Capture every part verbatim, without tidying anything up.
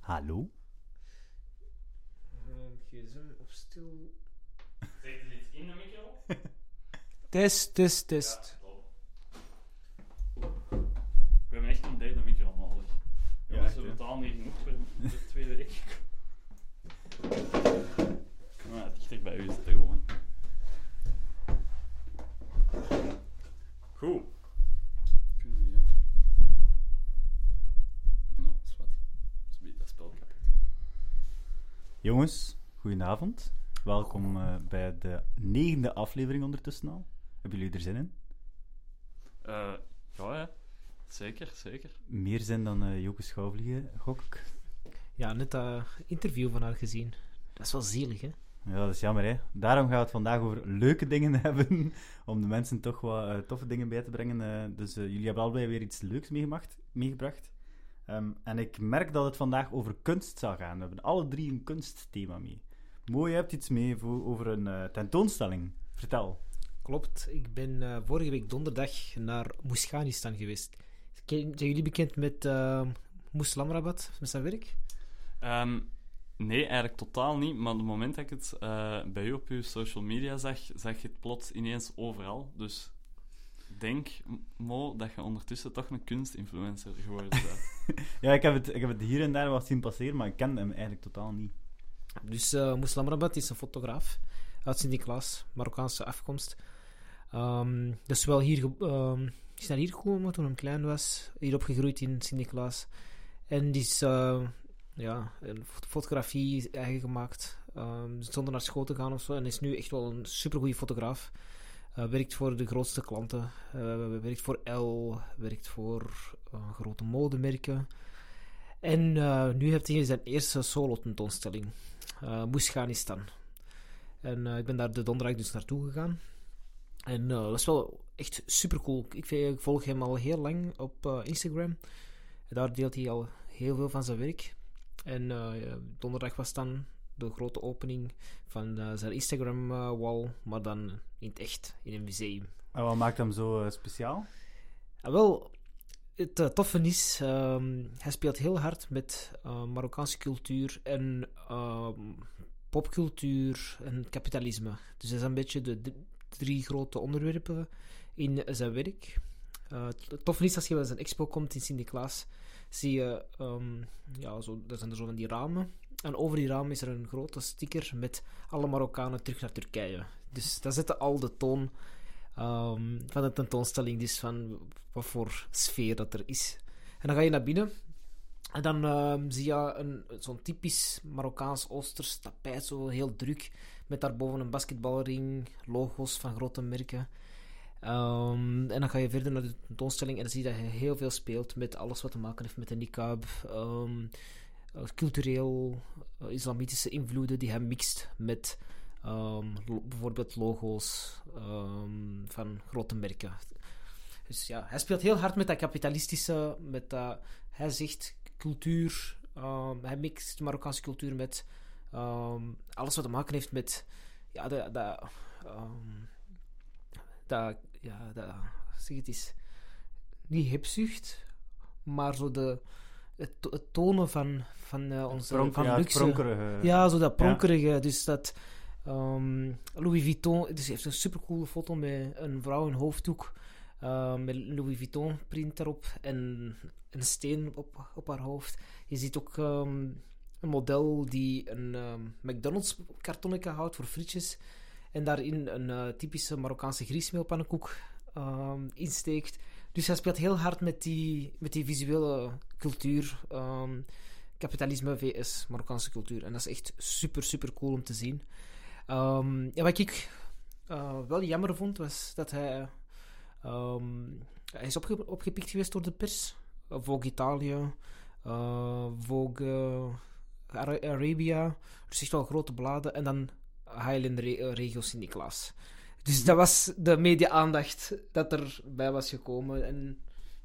Hallo? Uh, gsm op stil. Zeg je iets in de micro? Test, test, test. Ja, top. We hebben echt een derde micro nodig. Ja, Jongens, echt, we hè? betalen niet genoeg voor de tweede week. Kom maar dichter bij u zitten gewoon. Goed. Kunnen we ja. Nou, zwart. Zo biedt dat spel kapot. Jongens, goedenavond. Welkom uh, bij de negende aflevering ondertussen al. Hebben jullie er zin in? Uh, ja, ja. Zeker, zeker. Meer zin dan uh, Joke Schouwvliegen, gok ik. Ja, net dat interview van haar gezien. Dat is wel zielig, hè? Ja, dat is jammer, hè. Daarom gaan we het vandaag over leuke dingen hebben, om de mensen toch wat uh, toffe dingen bij te brengen. Uh, dus uh, jullie hebben allebei weer iets leuks meegemaakt, meegebracht. Um, en ik merk dat het vandaag over kunst zal gaan. We hebben alle drie een kunstthema mee. Mo, je hebt iets mee voor, over een uh, tentoonstelling. Vertel. Klopt. Ik ben uh, vorige week donderdag naar Moesganistan geweest. Zijn jullie bekend met uh, Moeslam Rabat, met zijn werk? Um, nee, eigenlijk totaal niet. Maar op het moment dat ik het uh, bij u op uw social media zag, zag je het plots ineens overal. Dus denk, Mo, dat je ondertussen toch een kunstinfluencer geworden bent. Ja, ik heb, het, ik heb het hier en daar wat zien passeren, maar ik ken hem eigenlijk totaal niet. Dus uh, Moeslam Rabat is een fotograaf uit Sint-Niklaas, Marokkaanse afkomst. Um, dus wel hier, um, is naar hier gekomen toen hij klein was, hier opgegroeid in Sint-Niklaas. En die is uh, ja, een fotografie eigen gemaakt, um, zonder naar school te gaan of zo. En is nu echt wel een supergoeie fotograaf. Uh, werkt voor de grootste klanten, uh, werkt voor Elle, werkt voor uh, grote modemerken. En uh, nu heeft hij zijn eerste solo-tentoonstelling, uh, Moesganistan. En uh, ik ben daar de donderdag dus naartoe gegaan. En uh, dat is wel echt super cool. Ik, ik volg hem al heel lang op uh, Instagram. En daar deelt hij al heel veel van zijn werk. En uh, donderdag was dan de grote opening van uh, zijn Instagram-wall, uh, maar dan in het echt, in een museum. En wat maakt hem zo uh, speciaal? Ah, wel, het uh, toffe is, um, hij speelt heel hard met uh, Marokkaanse cultuur en uh, popcultuur en kapitalisme. Dus dat is een beetje de, de drie grote onderwerpen in zijn werk. Uh, het toffe is, als je bij zijn expo komt in Sint-Niklaas, zie je, um, ja, zo, er zijn er zo van die ramen. En over die ramen is er een grote sticker met alle Marokkanen terug naar Turkije. Dus dat zette al de toon um, van de tentoonstelling, dus van wat voor sfeer dat er is. En dan ga je naar binnen en dan um, zie je een, zo'n typisch Marokkaans-Oosters tapijt, zo heel druk, met daarboven een basketbalring, logo's van grote merken. Um, en dan ga je verder naar de tentoonstelling en dan zie je dat hij heel veel speelt met alles wat te maken heeft met de niqab, um, cultureel, uh, islamitische invloeden die hij mixt met um, lo- bijvoorbeeld logo's um, van grote merken. Dus ja, hij speelt heel hard met dat kapitalistische, met dat, hij zegt cultuur, um, hij mixt Marokkaanse cultuur met um, alles wat te maken heeft met ja, de, de, um, dat, ja, dat, zeg het is, niet hebzucht, maar zo de, het, het tonen van, van uh, onze Pronk, van ja, luxe. het pronkerige. Ja, zo dat pronkerige. Ja. Dus dat um, Louis Vuitton, dus hij heeft een supercoole foto met een vrouw in hoofddoek, uh, met Louis Vuitton print daarop en een steen op, op haar hoofd. Je ziet ook um, een model die een um, McDonald's kartonnetje houdt voor frietjes. En daarin een uh, typische Marokkaanse griesmeelpannenkoek uh, insteekt. Dus hij speelt heel hard met die, met die visuele cultuur. Um, kapitalisme vs Marokkaanse cultuur. En dat is echt super, super cool om te zien. Um, en wat ik uh, wel jammer vond, was dat hij... Um, hij is opge- opgepikt geweest door de pers. Uh, Vogue Italië. Uh, Vogue uh, Ara- Arabia. Dus echt wel grote bladen. En dan... Highland Re- Regio Sint-Niklaas. Dus dat was de media-aandacht dat erbij was gekomen. En...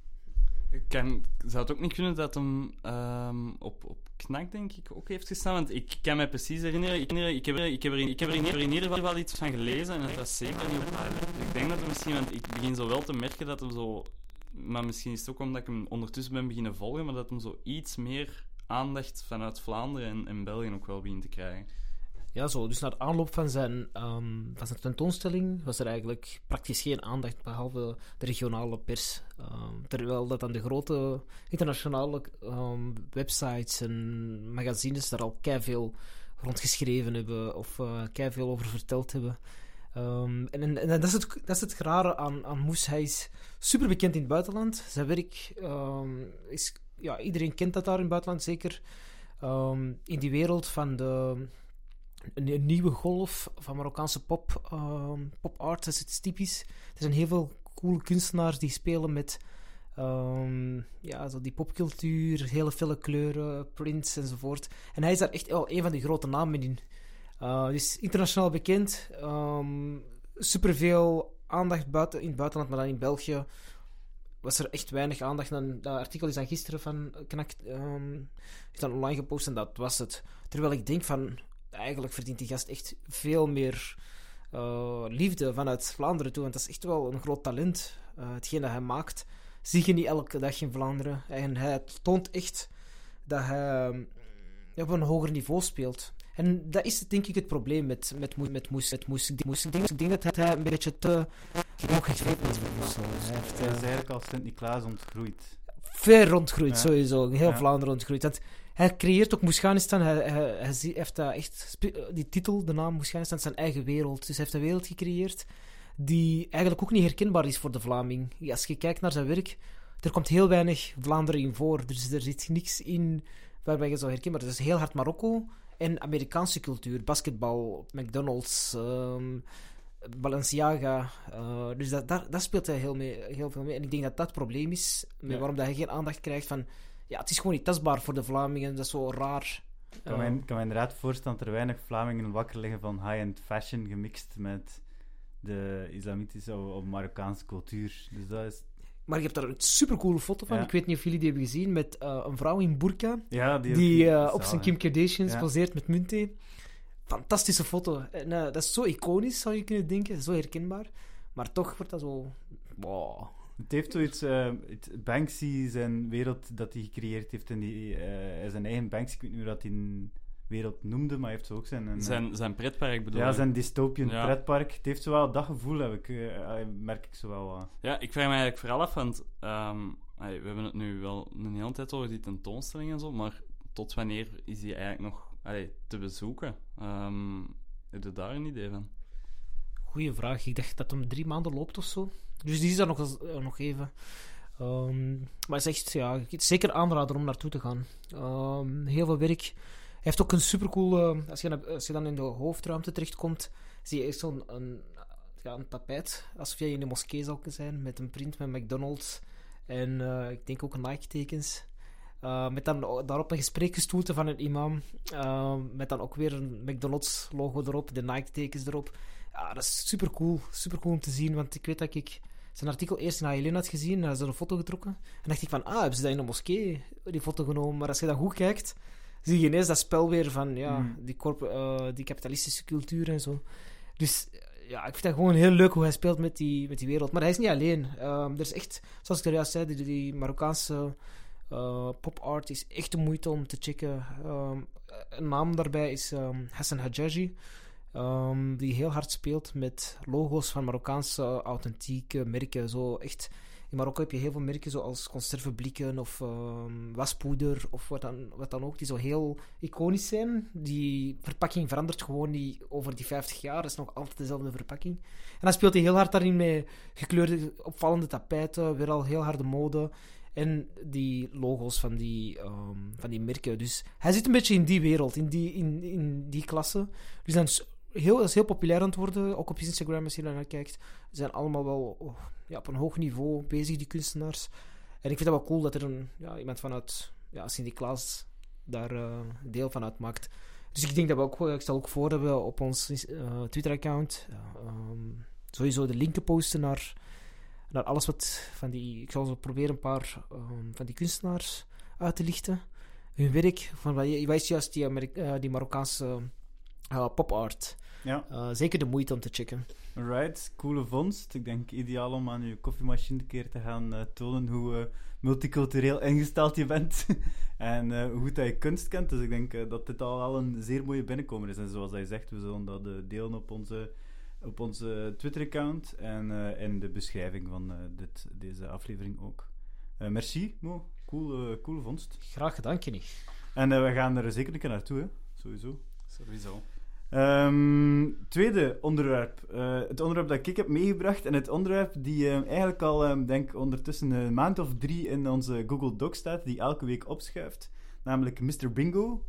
Kan, zou het ook niet kunnen dat hem um, op, op Knak, denk ik, ook heeft gestaan? Want ik kan me precies herinneren, ik, ik, heb, er, ik, heb, er in, ik heb er in, in ieder geval iets van gelezen en het was zeker niet op Highland. Ik denk dat er misschien, want ik begin zo wel te merken dat hem zo... Maar misschien is het ook omdat ik hem ondertussen ben beginnen volgen, maar dat hem zo iets meer aandacht vanuit Vlaanderen en, en België ook wel begint te krijgen. Ja, zo. Dus na de aanloop van zijn, um, van zijn tentoonstelling was er eigenlijk praktisch geen aandacht, behalve de regionale pers. Um, terwijl dat aan de grote internationale um, websites en magazines daar al keiveel rond geschreven hebben of uh, keiveel over verteld hebben. Um, en, en, en dat, is het, dat is het rare aan, aan Moes. Hij is super bekend in het buitenland. Zijn werk um, is... Ja, iedereen kent dat daar in het buitenland, zeker um, in die wereld van de... Een, een nieuwe golf van Marokkaanse pop, um, pop art, dat is iets typisch. Er zijn heel veel coole kunstenaars die spelen met um, ja, zo die popcultuur, hele felle kleuren, prints enzovoort. En hij is daar echt oh, een van de grote namen in. Uh, hij is internationaal bekend, um, superveel aandacht buiten, in het buitenland, maar dan in België was er echt weinig aandacht. En dat artikel is dan gisteren van Knak um, is dan online gepost en dat was het. Terwijl ik denk van... Eigenlijk verdient die gast echt veel meer uh, liefde vanuit Vlaanderen toe. Want dat is echt wel een groot talent. Uh, hetgeen dat hij maakt, zie je niet elke dag in Vlaanderen. En hij toont echt dat hij uh, op een hoger niveau speelt. En dat is denk ik het probleem met, met, met, met Moes. Met Moes. Ik, denk, ik denk dat hij een beetje te hoog geschreven is. Hij heeft, uh, hij is eigenlijk als Sint-Niklaas ontgroeid. Ver rondgroeit, ja. sowieso. Heel ja. Vlaanderen rondgroeit. Dat, hij creëert ook Moesganistan. Hij, hij, hij heeft dat echt... Die titel, de naam Moesganistan, zijn eigen wereld. Dus hij heeft een wereld gecreëerd die eigenlijk ook niet herkenbaar is voor de Vlaming. Als je kijkt naar zijn werk, er komt heel weinig Vlaanderen in voor. Dus er zit niks in waarbij je zo herkenbaar is. Het is heel hard Marokko en Amerikaanse cultuur. Basketbal, McDonald's, um, Balenciaga. Uh, dus dat, daar, dat speelt hij heel, mee, heel veel mee. En ik denk dat dat het probleem is, met ja. waarom dat hij geen aandacht krijgt van... Ja, het is gewoon niet tastbaar voor de Vlamingen. Dat is zo raar. Ik kan, uh, mij, kan me inderdaad voorstellen dat er weinig Vlamingen wakker liggen van high-end fashion gemixt met de islamitische of, of Marokkaanse cultuur. Dus dat is... Maar je hebt daar een supercoole foto van. Ja. Ik weet niet of jullie die hebben gezien met uh, een vrouw in burka. Ja, die, die uh, op zijn Kim Kardashian ja. poseert met muntthee. Fantastische foto. En, uh, dat is zo iconisch, zou je kunnen denken. Zo herkenbaar. Maar toch wordt dat zo... Wow. Het heeft zoiets... Uh, Banksy, zijn wereld dat hij gecreëerd heeft, en die, uh, zijn eigen Banksy, ik weet niet hoe dat hij een wereld noemde, maar hij heeft zo ook zijn... Een, zijn, zijn pretpark bedoel Ja, ik. zijn dystopian ja. pretpark. Het heeft zo wel dat gevoel, heb ik, uh, merk ik zo wel. Uh. Ja, ik vraag me eigenlijk vooral af, want um, we hebben het nu wel een hele tijd over die tentoonstelling en zo, maar tot wanneer is die eigenlijk nog allee, te bezoeken? Um, heb je daar een idee van? Goeie vraag. Ik dacht dat het om drie maanden loopt of zo. Dus die is daar nog, uh, nog even. Um, maar het is echt, ja, het is zeker aanrader om naartoe te gaan. Um, heel veel werk. Hij heeft ook een supercool... Uh, als, je, als je dan in de hoofdruimte terechtkomt, zie je echt zo'n een, ja, een tapijt. Alsof je in de moskee zou zijn, met een print met McDonald's. En uh, ik denk ook Nike-tekens. Uh, met dan daarop een gespreksstoelte van een imam. Uh, met dan ook weer een McDonald's-logo erop, de Nike-tekens erop. Ja, dat is super cool. Super cool om te zien, want ik weet dat ik zijn artikel eerst in H L N had gezien en hij had een foto getrokken. En dacht ik van, ah, hebben ze dat in een moskee, die foto genomen? Maar als je dan goed kijkt, zie je ineens dat spel weer van, ja, mm. die, corp- uh, die kapitalistische cultuur en zo. Dus ja, ik vind dat gewoon heel leuk hoe hij speelt met die, met die wereld. Maar hij is niet alleen. Um, er is echt, zoals ik er juist zei, die, die Marokkaanse uh, pop art is echt de moeite om te checken. Um, een naam daarbij is um, Hassan Hajaji. Um, die heel hard speelt met logo's van Marokkaanse authentieke merken. Zo echt, in Marokko heb je heel veel merken zoals conserveblikken of um, waspoeder of wat dan, wat dan ook, die zo heel iconisch zijn. Die verpakking verandert gewoon niet over die vijftig jaar. Dat is nog altijd dezelfde verpakking. En dan speelt hij heel hard daarin met gekleurde, opvallende tapijten, weer al heel harde mode. En die logo's van die, um, van die merken. Dus hij zit een beetje in die wereld, in die, in, in die klasse. Dus dan is heel, is heel populair aan het worden. Ook op Instagram, als je daar naar kijkt. Ze zijn allemaal wel oh, ja, op een hoog niveau bezig, die kunstenaars. En ik vind het wel cool dat er een, ja, iemand vanuit ja, Sint-Niklaas daar uh, deel van uitmaakt. Dus ik denk dat we ook, ik stel ook voor dat we op ons uh, Twitter-account uh, um, sowieso de linken posten naar... naar alles wat van die... Ik zal zo proberen een paar um, van die kunstenaars uit te lichten. Hun werk, van, je weet juist die, Amerika- uh, die Marokkaanse uh, pop-art. Ja. Uh, zeker de moeite om te checken. Alright, coole vondst. Ik denk ideaal om aan je koffiemachine een keer te gaan uh, tonen hoe uh, multicultureel ingesteld je bent. En uh, hoe goed dat je kunst kent. Dus ik denk uh, dat dit al wel een zeer mooie binnenkomer is. En zoals hij zegt, we zullen dat uh, delen op onze, op onze Twitter-account. En uh, in de beschrijving van uh, dit, deze aflevering ook. Uh, merci, Mo. Cool, uh, cool vondst. Graag gedaan, Kenny. En uh, we gaan er zeker een keer naartoe, hè. Sowieso. Sowieso. Um, tweede onderwerp. Uh, het onderwerp dat ik heb meegebracht. En het onderwerp die uh, eigenlijk al, um, denk ondertussen een maand of drie in onze Google Doc staat. Die elke week opschuift. Namelijk mister Bingo.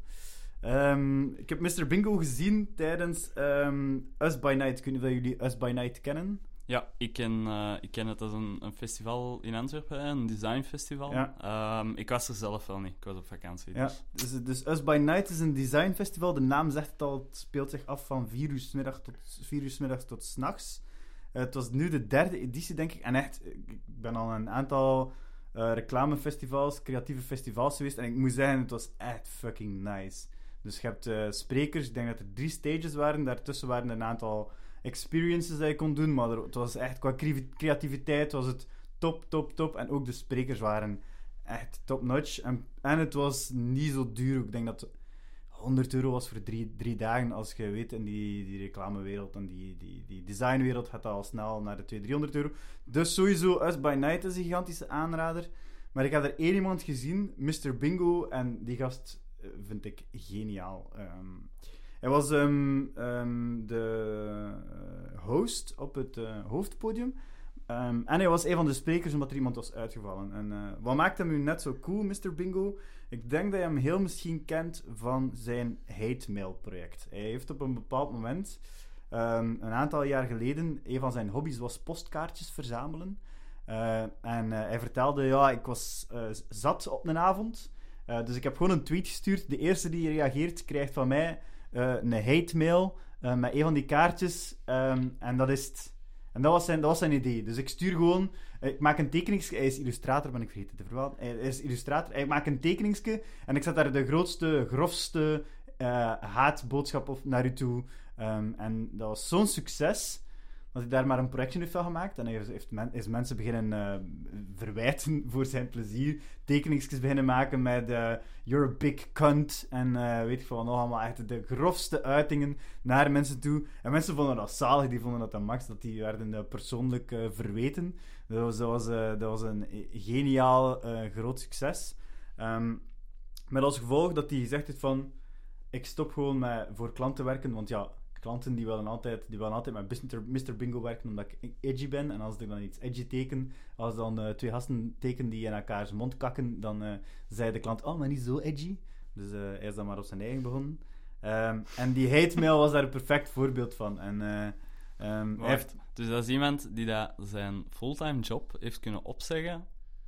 Um, ik heb mister Bingo gezien tijdens um, Us By Night. Ik weet niet of jullie Us By Night kennen. Ja, ik ken, uh, ik ken het als een, een festival in Antwerpen, een designfestival. Ja. Um, ik was er zelf wel niet, ik was op vakantie. Ja, Dus. dus, dus Us By Night is een designfestival. De naam zegt het al, het speelt zich af van vier uur 's middags tot vier uur 's middags tot 's nachts. Uh, het was nu de derde editie, denk ik. En echt, ik ben al een aantal uh, reclamefestivals, creatieve festivals geweest. En ik moet zeggen, het was echt fucking nice. Dus je hebt uh, sprekers, ik denk dat er drie stages waren. Daartussen waren er een aantal experiences dat je kon doen, maar er, het was echt, qua creativiteit was het top, top, top. En ook de sprekers waren echt top-notch. En, en het was niet zo duur. Ik denk dat het honderd euro was voor drie, drie dagen. Als je weet, in die, die reclamewereld en die, die, die designwereld gaat dat al snel naar de tweehonderd, driehonderd euro. Dus sowieso, Us By Night is een gigantische aanrader. Maar ik heb er één iemand gezien, mister Bingo, en die gast uh, vind ik geniaal. Um, Hij was um, um, de host op het uh, hoofdpodium. Um, en hij was een van de sprekers omdat er iemand was uitgevallen. En uh, wat maakt hem nu net zo cool, mister Bingo? Ik denk dat je hem heel misschien kent van zijn hate mail project. Hij heeft op een bepaald moment, um, een aantal jaar geleden, een van zijn hobby's was postkaartjes verzamelen. Uh, en uh, hij vertelde, ja, ik was uh, zat op een avond. Uh, dus ik heb gewoon een tweet gestuurd. De eerste die reageert, krijgt van mij Uh, een hate mail uh, met een van die kaartjes um, en dat is het. En dat was, zijn, dat was zijn idee. Dus ik stuur gewoon, uh, ik maak een tekeningsje, hij is illustrator, ben ik vergeten te vermelden. Hij is illustrator, ik maak een tekeningsje en ik zet daar de grootste, grofste uh, haatboodschap op naar u toe. Um, en dat was zo'n succes dat hij daar maar een projectje heeft van gemaakt. En hij heeft men, is mensen beginnen uh, verwijten voor zijn plezier. Tekeningsjes beginnen maken met uh, you're a big cunt. En uh, weet ik veel, nog allemaal echt de grofste uitingen naar mensen toe. En mensen vonden dat zalig, die vonden dat dan max, dat die werden uh, persoonlijk uh, verweten. Dat was, dat, was, uh, dat was een geniaal uh, groot succes. Um, met als gevolg dat hij gezegd heeft van, ik stop gewoon met voor klanten werken, want ja, klanten die willen altijd, die willen altijd met mister Bingo werken omdat ik edgy ben. En als ik dan iets edgy teken, als dan uh, twee gasten teken die in elkaars mond kakken, dan uh, zei de klant, oh, maar niet zo edgy. Dus uh, hij is dan maar op zijn eigen begonnen. Um, en die hate mail was daar een perfect voorbeeld van. En, uh, um, hij heeft... Dus dat is iemand die dat zijn fulltime job heeft kunnen opzeggen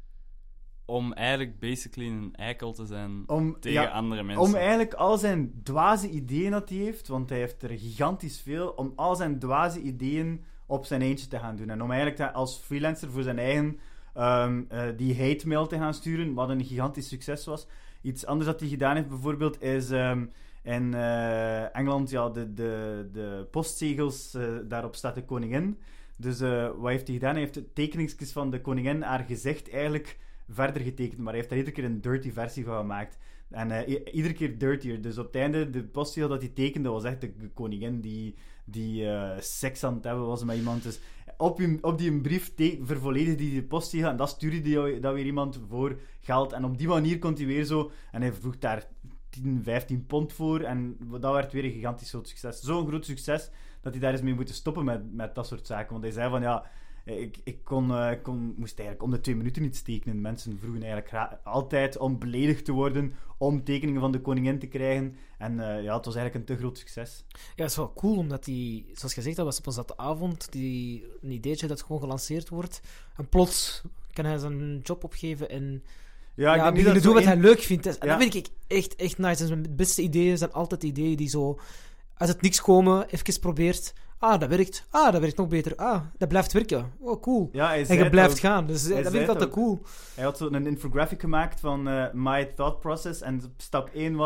om eigenlijk basically een eikel te zijn om, tegen ja, andere mensen. Om eigenlijk al zijn dwaze ideeën dat hij heeft, want hij heeft er gigantisch veel, om al zijn dwaze ideeën op zijn eentje te gaan doen. En om eigenlijk als freelancer voor zijn eigen um, uh, die hate mail te gaan sturen, wat een gigantisch succes was. Iets anders dat hij gedaan heeft bijvoorbeeld is um, in uh, Engeland, ja, de, de, de postzegels, uh, daarop staat de koningin. Dus uh, wat heeft hij gedaan? Hij heeft de tekeningsjes van de koningin, haar gezicht eigenlijk verder getekend, maar hij heeft daar iedere keer een dirty versie van gemaakt. En uh, i- iedere keer dirtier. Dus op het einde, de postzegel dat hij tekende, was echt de koningin die, die uh, seks aan het hebben was met iemand. Dus op die, op die brief te- vervolledigde hij de postzegel en dat stuurde hij dat weer iemand voor geld. En op die manier kon hij weer zo... En hij vroeg daar tien, vijftien pond voor en dat werd weer een gigantisch groot succes. Zo'n groot succes dat hij daar eens mee moeten stoppen met, met dat soort zaken. Want hij zei van, ja... Ik, ik kon, uh, kon, moest eigenlijk om de twee minuten iets tekenen. Mensen vroegen eigenlijk gra- altijd om beledigd te worden, om tekeningen van de koningin te krijgen. En uh, ja, het was eigenlijk een te groot succes. Ja, het is wel cool, omdat die, zoals gezegd, dat was op een zatavond, die, een ideetje dat gewoon gelanceerd wordt. En plots kan hij zijn job opgeven en ja, ja, ik beginnen doen wat een... hij leuk vindt. En ja. dat vind ik echt, echt nice. En zijn beste ideeën zijn altijd ideeën die zo, uit het niks komen, even probeert... Ah, dat werkt. Ah, dat werkt nog beter. Ah, dat blijft werken. Oh, cool. Ja, en je blijft ook. gaan. Dus hij dat vind ik altijd cool. Hij had zo een infographic gemaakt van uh, my thought process. En stap één was...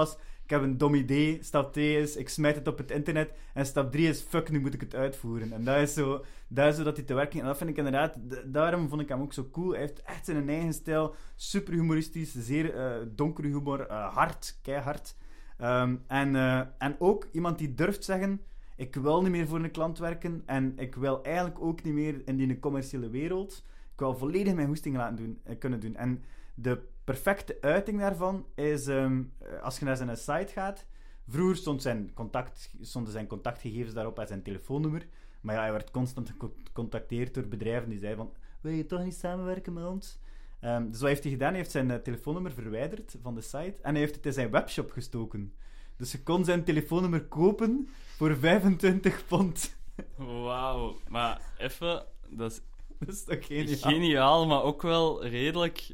ik heb een dom idee. Stap twee is, ik smijt het op het internet. En stap drie is, fuck, nu moet ik het uitvoeren. En dat is zo, dat is zo dat hij te werken. En dat vind ik inderdaad, d- daarom vond ik hem ook zo cool. Hij heeft echt zijn eigen stijl. Super humoristisch, zeer uh, donkere humor, uh, hard, keihard. Um, en, uh, en ook iemand die durft zeggen, ik wil niet meer voor een klant werken en ik wil eigenlijk ook niet meer in die commerciële wereld. Ik wil volledig mijn hoesting laten doen, uh, kunnen doen. En de perfecte uiting daarvan is, um, als je naar zijn site gaat, vroeger stond zijn contact, stonden zijn contactgegevens daarop en zijn telefoonnummer, maar ja, hij werd constant gecontacteerd door bedrijven die zeiden van, wil je toch niet samenwerken met ons? Um, dus wat heeft hij gedaan? Hij heeft zijn uh, telefoonnummer verwijderd van de site en hij heeft het in zijn webshop gestoken. Dus je kon zijn telefoonnummer kopen voor vijfentwintig pond. Wauw. Maar even, dat is Dat is toch geniaal? geniaal, maar ook wel redelijk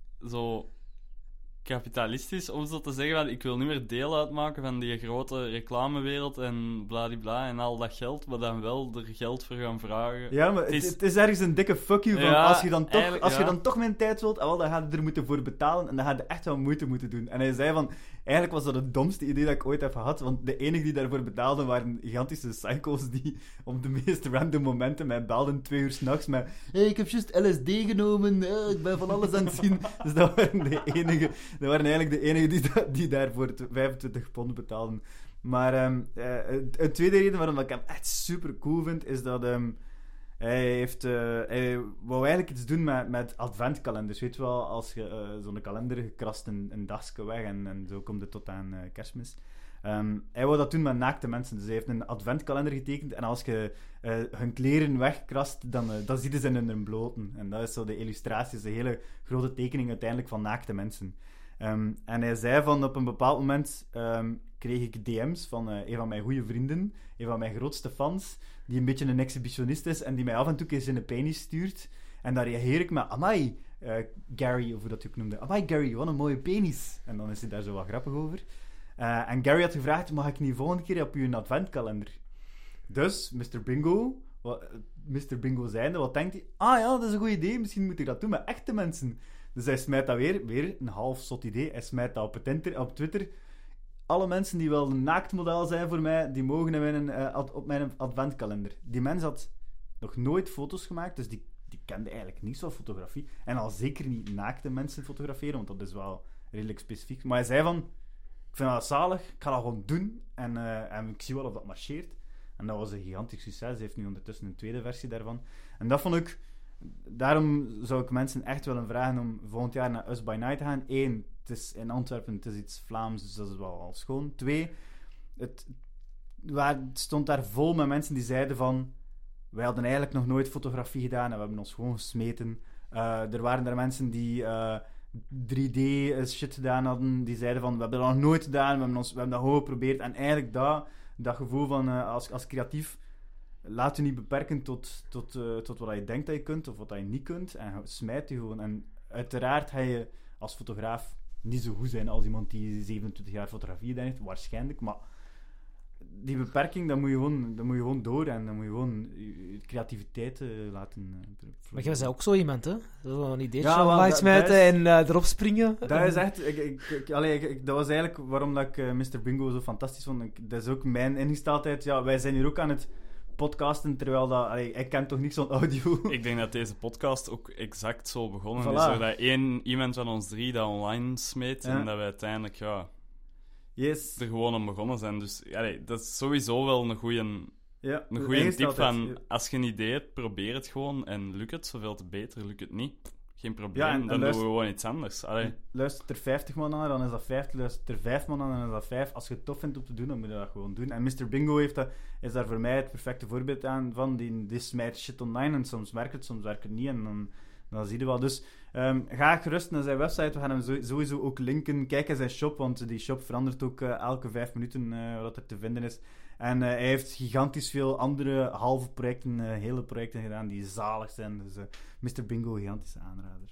zo kapitalistisch, om zo te zeggen. Want ik wil niet meer deel uitmaken van die grote reclamewereld en bladibla en al dat geld, maar dan wel er geld voor gaan vragen. Ja, maar het Het is, is- het is ergens een dikke fuck you van, Ja, als, je dan toch, eigenlijk, als je ja. dan toch mijn tijd wilt, ah, wel, dan ga je er moeten voor betalen en dan ga je echt wel moeite moeten doen. En hij zei van, eigenlijk was dat het domste idee dat ik ooit heb gehad, want de enigen die daarvoor betaalden waren gigantische psychos die op de meest random momenten mij belden twee uur s'nachts met hey, ik heb juist L S D genomen, eh, ik ben van alles aan het zien. Dus dat waren de enige, dat waren eigenlijk de enigen die, da- die daarvoor vijfentwintig pond betaalden. Maar um, uh, een tweede reden waarom ik hem echt super cool vind, is dat um, hij heeft, uh, hij wou eigenlijk iets doen met, met adventkalenders. Weet je wel, als je uh, zo'n kalender gekrast een, een dagje weg en, en zo komt het tot aan uh, kerstmis. Um, hij wou dat doen met naakte mensen. Dus hij heeft een adventkalender getekend en als je uh, hun kleren wegkrast, dan, uh, dan zie je ze in hun bloten. En dat is zo de illustratie, de hele grote tekening uiteindelijk van naakte mensen. Um, en hij zei van, op een bepaald moment um, kreeg ik D M's van uh, een van mijn goede vrienden, een van mijn grootste fans, die een beetje een exhibitionist is en die mij af en toe eens in een penis stuurt. En dan reageer ik met, amai, uh, Gary, of hoe dat je ook noemde. Amai, Gary, wat een mooie penis. En dan is hij daar zo wat grappig over. Uh, en Gary had gevraagd, mag ik niet volgende keer op uw adventkalender? Dus, mister Bingo, wat, mister Bingo zijnde, wat denkt hij? Ah ja, dat is een goed idee, misschien moet ik dat doen met echte mensen. Dus hij smijt dat weer, weer een half zot idee, hij smijt dat op, het inter, op Twitter. Alle mensen die wel een naaktmodel zijn voor mij, die mogen in mijn, uh, ad, op mijn adventkalender. Die mens had nog nooit foto's gemaakt, dus die, die kende eigenlijk niets van fotografie. En al zeker niet naakte mensen fotograferen, want dat is wel redelijk specifiek. Maar hij zei van, ik vind dat zalig, ik ga dat gewoon doen en, uh, en ik zie wel of dat marcheert. En dat was een gigantisch succes. Hij heeft nu ondertussen een tweede versie daarvan. En dat vond ik... Daarom zou ik mensen echt willen vragen om volgend jaar naar Us By Night te gaan. Eén, het is in Antwerpen, het is iets Vlaams, dus dat is wel al schoon. Twee, het, waar, het stond daar vol met mensen die zeiden van... Wij hadden eigenlijk nog nooit fotografie gedaan en we hebben ons gewoon gesmeten. Uh, er waren daar mensen die uh, drie D shit gedaan hadden, die zeiden van... We hebben dat nog nooit gedaan, we hebben, ons, we hebben dat gewoon geprobeerd. En eigenlijk dat, dat gevoel van uh, als, als creatief... Laat je niet beperken tot, tot, uh, tot wat je denkt dat je kunt of wat je niet kunt. En smijt je gewoon. En uiteraard ga je als fotograaf niet zo goed zijn als iemand die zevenentwintig jaar fotografie gedaan heeft. Waarschijnlijk. Maar die beperking, dan moet je gewoon, dan moet je gewoon door. En dan moet je gewoon je, je creativiteit uh, laten... Uh, maar jij bent ook zo iemand, hè? Zo'n ideetje Ja, wel, online dat- smijten dat is- en uh, erop springen. Dat is echt... Ik, ik, ik, allee, ik- ik- dat was eigenlijk waarom dat ik uh, mister Bingo zo fantastisch vond. Ik, dat is ook mijn ingesteldheid. Ja, wij zijn hier ook aan het podcasten, terwijl dat... Allee, ik ken toch niks van audio. Ik denk dat deze podcast ook exact zo begonnen Voilà. is. Zodat één iemand van ons drie dat online smeet Ja. en dat we uiteindelijk ja, Yes. er gewoon om begonnen zijn. Dus allee, dat is sowieso wel een goede Ja, een goeie tip ingesteldheid. van... Als je een idee hebt, probeer het gewoon. En lukt het, zoveel te beter. Lukt het niet, geen probleem. Ja, en- en dan doen luister- we gewoon iets anders. Allee. Luistert er vijftig man aan, dan is dat vijftig. Luistert er vijf man aan, dan is dat vijf. Als je het tof vindt om te doen, dan moet je dat gewoon doen. En mister Bingo heeft dat, is daar voor mij het perfecte voorbeeld aan van. Die, die smijt shit online en soms werkt het, soms werkt het niet. En dan, dan zie je wel. Dus um, ga gerust naar zijn website. We gaan hem zo- sowieso ook linken. Kijk in zijn shop, want die shop verandert ook uh, elke vijf minuten uh, wat er te vinden is. En uh, hij heeft gigantisch veel andere halve projecten, uh, hele projecten gedaan die zalig zijn. Dus uh, mister Bingo, gigantische aanrader.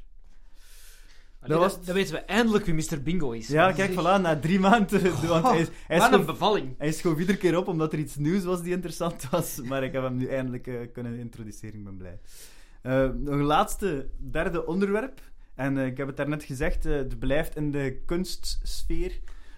Allee, Dat dat, was- dan weten we eindelijk wie mister Bingo is. Ja, Dat kijk, is voilà, echt- na drie maanden. Want hij, is, hij, Wat een schoof, bevalling. hij schoof iedere keer op omdat er iets nieuws was die interessant was. Maar ik heb hem nu eindelijk uh, kunnen introduceren, ik ben blij. Uh, nog een laatste, derde onderwerp. En uh, ik heb het daarnet gezegd, uh, het blijft in de kunstsfeer.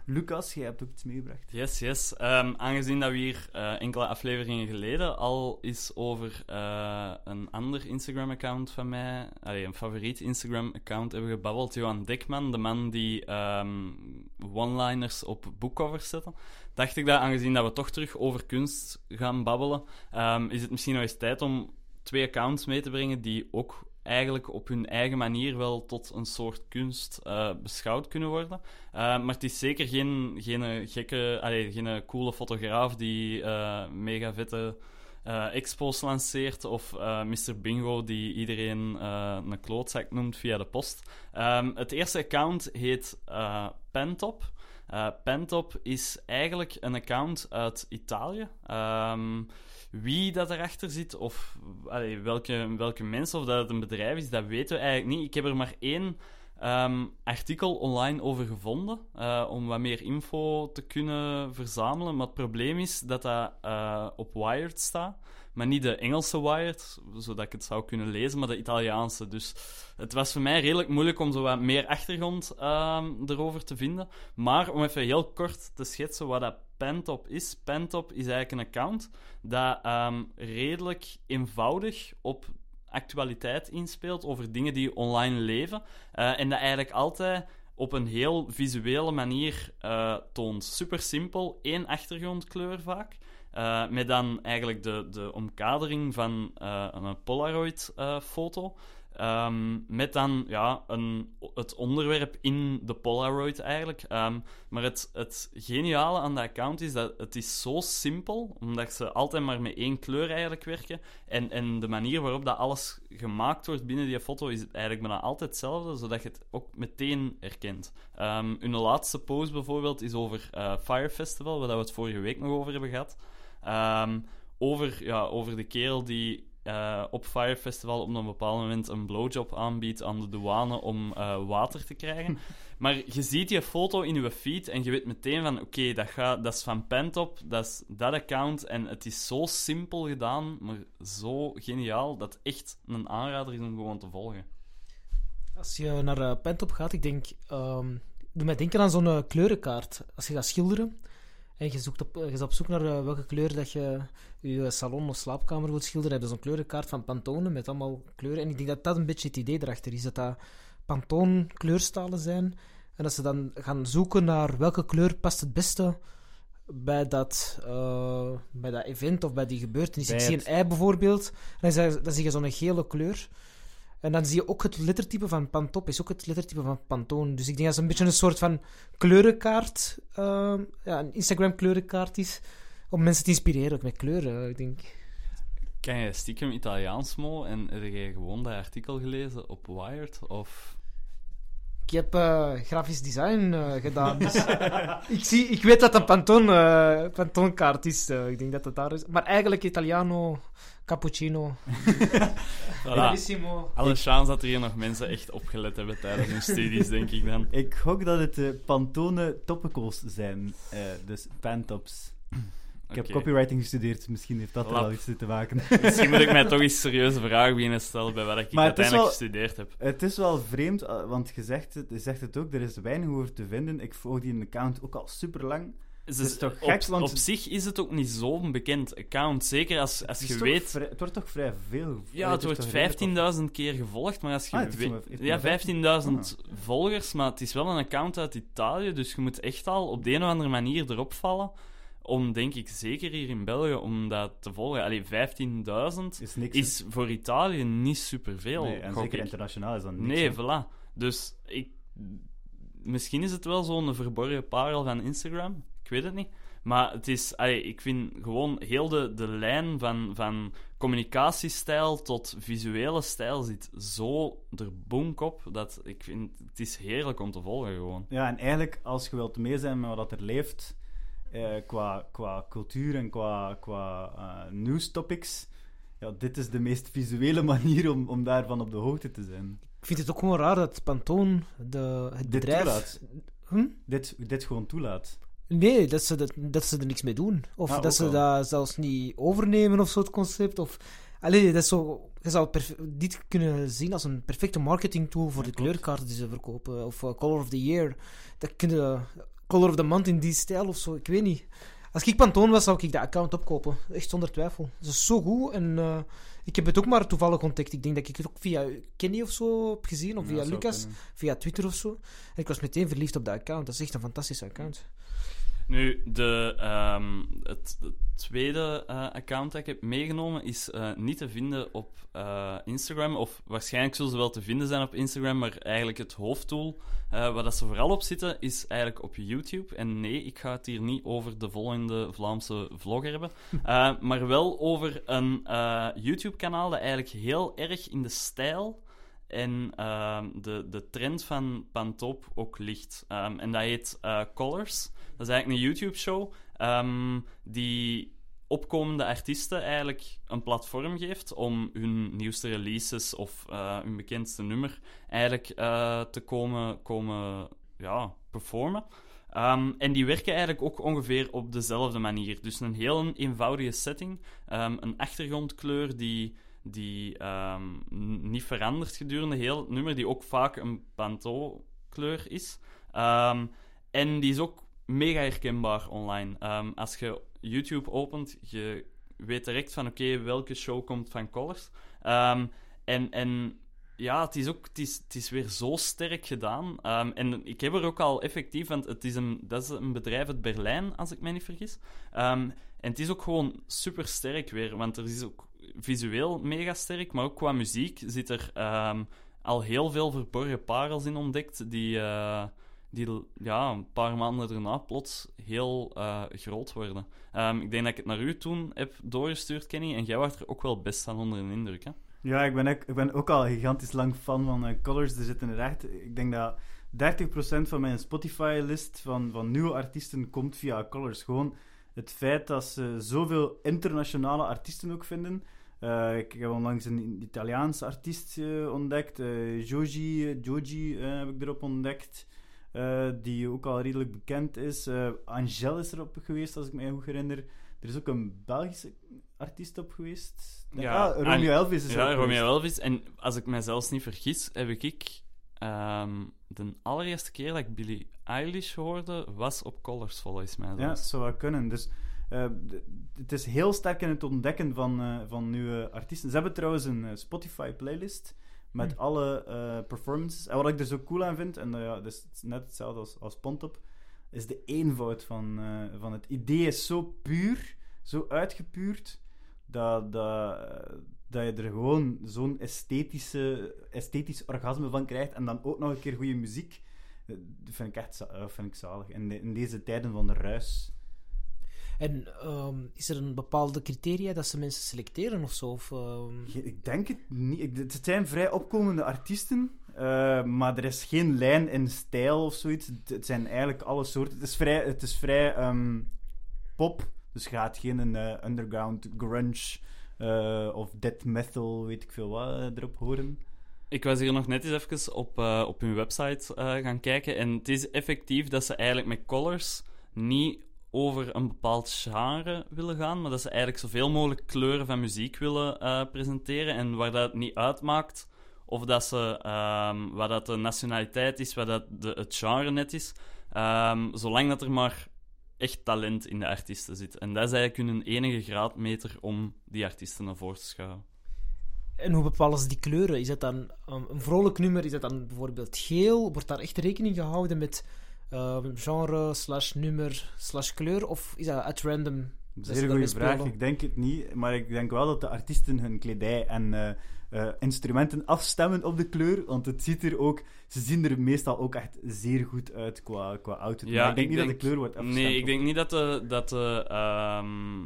Lucas, jij hebt ook iets meegebracht. Yes, yes. Um, aangezien dat we hier uh, enkele afleveringen geleden al eens over uh, een ander Instagram-account van mij, allee, een favoriet Instagram-account hebben gebabbeld, Johan Dekman, de man die um, one-liners op boekcovers zette, dacht ik dat, aangezien dat we toch terug over kunst gaan babbelen, um, is het misschien nog eens tijd om twee accounts mee te brengen die ook eigenlijk op hun eigen manier wel tot een soort kunst uh, beschouwd kunnen worden. Uh, maar het is zeker geen, geen gekke, allee, geen coole fotograaf die uh, mega vette uh, expos lanceert of uh, mister Bingo die iedereen uh, een klootzak noemt via de post. Um, het eerste account heet uh, Pentop. Uh, Pentop is eigenlijk een account uit Italië. Um, Wie dat erachter zit, of allee, welke, welke mensen, of dat het een bedrijf is, dat weten we eigenlijk niet. Ik heb er maar één um, artikel online over gevonden, uh, om wat meer info te kunnen verzamelen. Maar het probleem is dat dat uh, op Wired staat, maar niet de Engelse Wired, zodat ik het zou kunnen lezen, maar de Italiaanse. Dus het was voor mij redelijk moeilijk om zo wat meer achtergrond um, erover te vinden. Maar om even heel kort te schetsen wat dat Pentop is. Pentop is eigenlijk een account dat um, redelijk eenvoudig op actualiteit inspeelt over dingen die online leven. Uh, en dat eigenlijk altijd op een heel visuele manier uh, toont. Super simpel, één achtergrondkleur vaak. Uh, met dan eigenlijk de, de omkadering van uh, een Polaroid-foto. Uh, Um, met dan ja, een, het onderwerp in de Polaroid eigenlijk. Um, maar het, het geniale aan dat account is dat het is zo simpel, omdat ze altijd maar met één kleur eigenlijk werken. En, en de manier waarop dat alles gemaakt wordt binnen die foto is eigenlijk bijna altijd hetzelfde, zodat je het ook meteen herkent. Um, hun laatste post bijvoorbeeld is over uh, Fire Festival, waar we het vorige week nog over hebben gehad. Um, over, ja, over de kerel die Uh, op Fire Festival op een bepaald moment een blowjob aanbiedt aan de douane om uh, water te krijgen. Maar je ziet die foto in je feed en je weet meteen van oké, okay, dat, gaat, dat is van Pentop, dat is dat account en het is zo simpel gedaan, maar zo geniaal dat het echt een aanrader is om gewoon te volgen. Als je naar uh, Pentop gaat, ik denk, um, doe mij denken aan zo'n uh, kleurenkaart. Als je gaat schilderen en je, zoekt op, je is op zoek naar uh, welke kleur dat je je salon of slaapkamer wilt schilderen, heb je zo'n kleurenkaart van Pantone met allemaal kleuren. En ik denk dat dat een beetje het idee erachter is, dat dat Pantone kleurstalen zijn. En dat ze dan gaan zoeken naar welke kleur past het beste bij dat, uh, bij dat event of bij die gebeurtenis. Bij ik zie een ei bijvoorbeeld, en dan, dan zie je zo'n gele kleur. En dan zie je ook het lettertype van Pantop, is ook het lettertype van Pantone. Dus ik denk dat het een beetje een soort van kleurenkaart, uh, ja, een Instagram-kleurenkaart is, om mensen te inspireren, ook met kleuren, ik denk. Kan je stiekem Italiaans, Mo, en heb je gewoon dat artikel gelezen op Wired, of... Ik heb uh, grafisch design uh, gedaan, dus ik, zie, ik weet dat het een Pantone, uh, Pantone-kaart is. Uh, ik denk dat het daar is. Maar eigenlijk Italiano, cappuccino, bellissimo. Alle chance dat er hier nog mensen echt opgelet hebben tijdens hun studies, denk ik dan. Ik gok dat het uh, Pantone topicals zijn, uh, dus Pantops. Ik heb okay. copywriting gestudeerd, misschien heeft dat er wel iets te maken. Misschien moet ik mij toch eens serieuze vragen beginnen stellen bij wat ik maar uiteindelijk wel, gestudeerd heb. Het is wel vreemd, want je zegt het, je zegt het ook, er is weinig over te vinden. Ik volg die account ook al super lang. Dus het is toch gek, op, want... op zich is het ook niet zo'n bekend account. Zeker als, als je weet... Vrij, het wordt toch vrij veel... Ja, het wordt vijftienduizend keer gevolgd, maar als je ah, weet... Ja, vijftienduizend ah. volgers, maar het is wel een account uit Italië, dus je moet echt al op de een of andere manier erop vallen om, denk ik, zeker hier in België, om dat te volgen. Allee, vijftienduizend is, niks, is voor Italië niet superveel. Nee, en zeker ik. internationaal is dat niks. Nee, he? Voilà. Dus ik... Misschien is het wel zo'n verborgen parel van Instagram. Ik weet het niet. Maar het is... Allee, ik vind gewoon heel de, de lijn van, van communicatiestijl tot visuele stijl zit zo er bonk op, dat ik vind... Het is heerlijk om te volgen, gewoon. Ja, en eigenlijk, als je wilt mee zijn met wat er leeft... Uh, qua, qua cultuur en qua, qua uh, nieuwstopics, ja, dit is de meest visuele manier om, om daarvan op de hoogte te zijn. Ik vind het ook gewoon raar dat Pantone, de, het dit bedrijf... Toelaat. Hm? Dit, dit gewoon toelaat. Nee, dat ze, dat, dat ze er niks mee doen. Of ah, dat ze al. dat zelfs niet overnemen of zo, het concept. Of... Allee, dat is zo... Je zou perf- dit kunnen zien als een perfecte marketingtool voor ja, de klopt. kleurkaarten die ze verkopen. Of uh, Color of the Year. Dat kunnen... Color of the Month in die stijl of zo. Ik weet niet. Als ik Pantone was, zou ik dat account opkopen. Echt zonder twijfel. Dat is zo goed. En uh, ik heb het ook maar toevallig ontdekt. Ik denk dat ik het ook via Kenny of zo heb gezien. Of Ja, via zou Lucas. kunnen. Via Twitter of zo. En ik was meteen verliefd op dat account. Dat is echt een fantastisch account. Nu, de, ehm, het, het tweede uh, account dat ik heb meegenomen is uh, niet te vinden op uh, Instagram. Of waarschijnlijk zullen ze wel te vinden zijn op Instagram, maar eigenlijk het hoofddoel uh, waar dat ze vooral op zitten is eigenlijk op YouTube. En nee, ik ga het hier niet over de volgende Vlaamse vlogger hebben, uh, maar wel over een uh, YouTube-kanaal dat eigenlijk heel erg in de stijl en uh, de, de trend van Pantop ook ligt. Um, en dat heet uh, Colors. Dat is eigenlijk een YouTube-show um, die opkomende artiesten eigenlijk een platform geeft om hun nieuwste releases of uh, hun bekendste nummer eigenlijk uh, te komen, komen ja, performen. Um, en die werken eigenlijk ook ongeveer op dezelfde manier. Dus een heel eenvoudige setting, um, een achtergrondkleur die... die um, niet verandert gedurende heel het nummer, die ook vaak een Pantone-kleur is. Um, en die is ook mega herkenbaar online. Um, als je YouTube opent, je weet direct van oké, okay, welke show komt van Colors. Um, en, en ja, het is ook het is, het is weer zo sterk gedaan. Um, en ik heb er ook al effectief, want het is een, dat is een bedrijf uit Berlijn, als ik me niet vergis. Um, en het is ook gewoon super sterk weer, want er is ook visueel mega sterk, maar ook qua muziek zit er um, al heel veel verborgen parels in ontdekt, die, uh, die ja, een paar maanden daarna plots heel uh, groot worden. Um, ik denk dat ik het naar u toen heb doorgestuurd, Kenny, en jij was er ook wel best van onder een indruk, hè? Ja, ik ben, ook, ik ben ook al gigantisch lang fan van uh, Colors. Er zitten er echt... Ik denk dat dertig procent van mijn Spotify-list van, van nieuwe artiesten komt via Colors. Gewoon het feit dat ze zoveel internationale artiesten ook vinden. Uh, ik heb onlangs een Italiaanse artiest uh, ontdekt. Uh, Joji, Joji uh, heb ik erop ontdekt. Uh, die ook al redelijk bekend is. Uh, Angel is erop geweest, als ik me goed herinner. Er is ook een Belgische artiest op geweest. Ja, ah, Romeo Elvis is ja, erop Romeo geweest. Elvis. En als ik mij zelfs niet vergis, heb ik um, de allereerste keer dat ik Billie Eilish hoorde, was op Colors, volgens mij. Ja, dat zou wel kunnen. Dus uh, d- het is heel sterk in het ontdekken van, uh, van nieuwe artiesten. Ze hebben trouwens een uh, Spotify-playlist met Hm. alle uh, performances. En wat ik er zo cool aan vind, en uh, ja, dat is net hetzelfde als, als Pontop, is de eenvoud van, uh, van het idee is zo puur, zo uitgepuurd, dat, dat, uh, dat je er gewoon zo'n esthetische, esthetisch orgasme van krijgt en dan ook nog een keer goede muziek. Uh, dat vind ik echt za- uh, vind ik zalig. In, de, in deze tijden van de ruis. En um, is er een bepaalde criteria dat ze mensen selecteren of zo? Of, um... Ge- Ik denk het niet. Ik, het zijn vrij opkomende artiesten, uh, maar er is geen lijn in stijl of zoiets. Het, het zijn eigenlijk alle soorten. Het is vrij, het is vrij um, pop, dus je gaat geen uh, underground grunge uh, of death metal, weet ik veel wat, uh, erop horen. Ik was hier nog net eens even op, uh, op hun website uh, gaan kijken. En het is effectief dat ze eigenlijk met Colors niet over een bepaald genre willen gaan, maar dat ze eigenlijk zoveel mogelijk kleuren van muziek willen uh, presenteren. En waar dat niet uitmaakt of dat ze, um, wat dat de nationaliteit is, wat dat de, het genre net is. Um, zolang dat er maar echt talent in de artiesten zit. En dat is eigenlijk hun enige graadmeter om die artiesten naar voren te schuiven. En hoe bepalen ze die kleuren? Is dat dan um, een vrolijk nummer? Is dat dan bijvoorbeeld geel? Wordt daar echt rekening gehouden met uh, genre, slash nummer, slash kleur? Of is dat at random? dat ze Zeer goede daarmee vraag. spelen? Ik denk het niet, maar ik denk wel dat de artiesten hun kledij en uh, uh, instrumenten afstemmen op de kleur, want het ziet er ook... Ze zien er meestal ook echt zeer goed uit qua, qua outfit. Ja, maar ik denk ik niet denk- dat de kleur wordt afgestemd. Nee, ik op- denk niet dat de... Dat de ehm,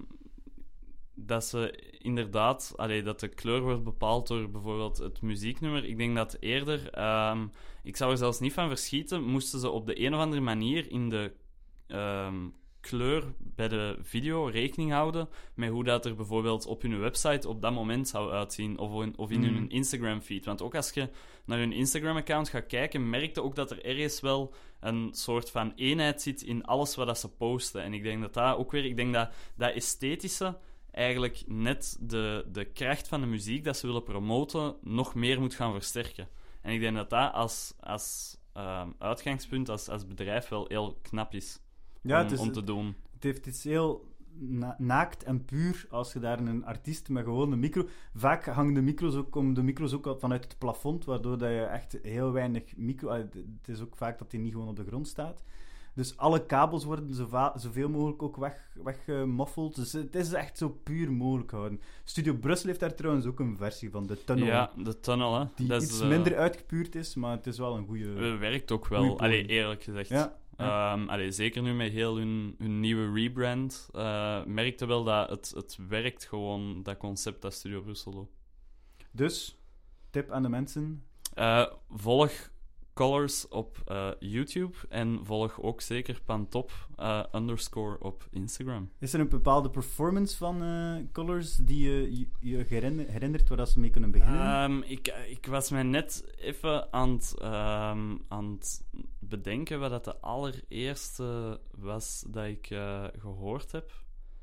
dat ze inderdaad... Allee, dat de kleur wordt bepaald door bijvoorbeeld het muzieknummer. Ik denk dat eerder... ehm, ik zou er zelfs niet van verschieten. Moesten ze op de een of andere manier in de ehm, kleur bij de video rekening houden met hoe dat er bijvoorbeeld op hun website op dat moment zou uitzien. Of in, of in Mm. hun Instagram-feed. Want ook als je naar hun Instagram-account gaat kijken, merk je ook dat er ergens wel een soort van eenheid zit in alles wat dat ze posten. En ik denk dat dat ook weer... Ik denk dat dat esthetische eigenlijk net de, de kracht van de muziek dat ze willen promoten nog meer moet gaan versterken. En ik denk dat dat als, als um, uitgangspunt als, als bedrijf wel heel knap is Ja, om, het, is, om te doen. het heeft iets heel na- naakt en puur als je daar een artiest met gewoon een micro... Vaak hangen de micro's ook, komen de micro's ook al vanuit het plafond, waardoor dat je echt heel weinig micro... ah, Het is ook vaak dat die niet gewoon op de grond staat. Dus alle kabels worden zo va- zoveel mogelijk ook weg, weggemoffeld. Dus het is echt zo puur mogelijk houden. Studio Brussel heeft daar trouwens ook een versie van, de tunnel. Ja, de tunnel, hè. Die dat iets is, uh, minder uitgepuurd is, maar het is wel een goede... uh, werkt ook goeie wel. Allee, poging. eerlijk gezegd. Ja. Ja. Um, allee, zeker nu met heel hun, hun nieuwe rebrand, uh, merkte wel dat het, het werkt gewoon, dat concept dat Studio Brussel doet. Dus, tip aan de mensen. Uh, volg Colors op uh, YouTube en volg ook zeker Pantop uh, underscore op Instagram. Is er een bepaalde performance van uh, Colors die je je, je herinner- herinnert waar dat ze mee kunnen beginnen? Um, ik, ik was mij net even aan het, um, aan het bedenken wat dat de allereerste was dat ik uh, gehoord heb.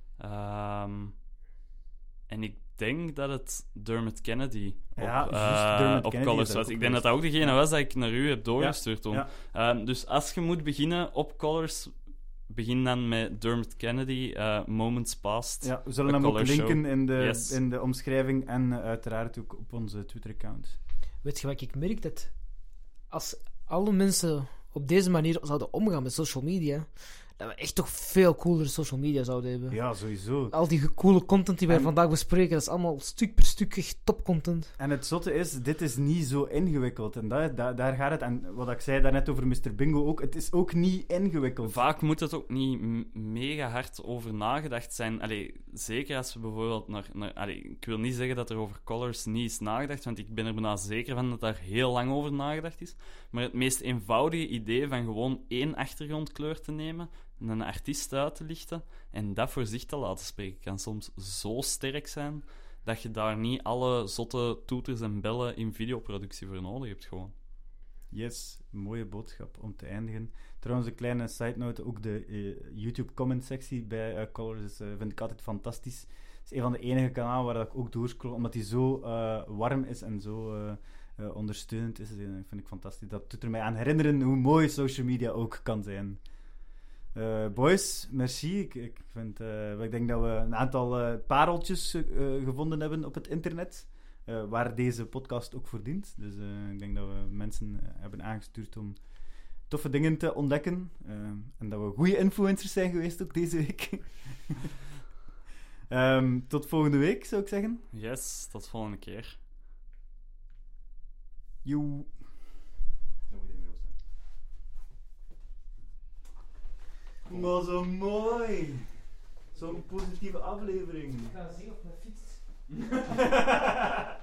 Um, en ik denk dat het Dermot Kennedy op, Ja, uh, juist, Dermot op Kennedy Colors is daar was. ook Ik denk dat dat ook degene Ja. was dat ik naar u heb doorgestuurd toen. Ja. Um, dus als je moet beginnen op Colors, begin dan met Dermot Kennedy, uh, Moments Past. Ja, we zullen A hem ook Color linken Show. in de, Yes. in de omschrijving en uh, uiteraard ook op onze Twitter-account. Weet je wat ik merk? Dat als alle mensen op deze manier zouden omgaan met social media, dat we echt toch veel coolere social media zouden hebben. Ja, sowieso. Al die coole content die wij En- vandaag bespreken, dat is allemaal stuk per stuk echt topcontent. En het zotte is, dit is niet zo ingewikkeld. En dat, dat, daar gaat het. En wat ik zei daarnet over mister Bingo ook, het is ook niet ingewikkeld. Vaak moet het ook niet m- mega hard over nagedacht zijn. Allee, zeker als we bijvoorbeeld naar... naar allee, ik wil niet zeggen dat er over Colors niet is nagedacht, want ik ben er bijna zeker van dat daar heel lang over nagedacht is. Maar het meest eenvoudige idee van gewoon één achtergrondkleur te nemen, een artiest uit te lichten en dat voor zich te laten spreken, kan soms zo sterk zijn dat je daar niet alle zotte toeters en bellen in videoproductie voor nodig hebt gewoon. Yes, mooie boodschap om te eindigen. Trouwens, een kleine side note, ook de uh, YouTube comment sectie bij uh, Colors is, uh, vind ik altijd fantastisch. Het is een van de enige kanalen waar dat ik ook doorscroll, omdat die zo uh, warm is en zo uh, uh, ondersteunend is. Uh, vind ik fantastisch. Dat doet er mij aan herinneren hoe mooi social media ook kan zijn. Uh, boys, merci. Ik, ik, vind, uh, ik denk dat we een aantal uh, pareltjes uh, gevonden hebben op het internet. Uh, waar deze podcast ook voor dient. Dus uh, ik denk dat we mensen uh, hebben aangestuurd om toffe dingen te ontdekken. Uh, en dat we goede influencers zijn geweest ook deze week. um, tot volgende week, zou ik zeggen. Yes, tot volgende keer. Joe. Maar zo mooi. Zo'n positieve aflevering. Ik ga zien op mijn fiets.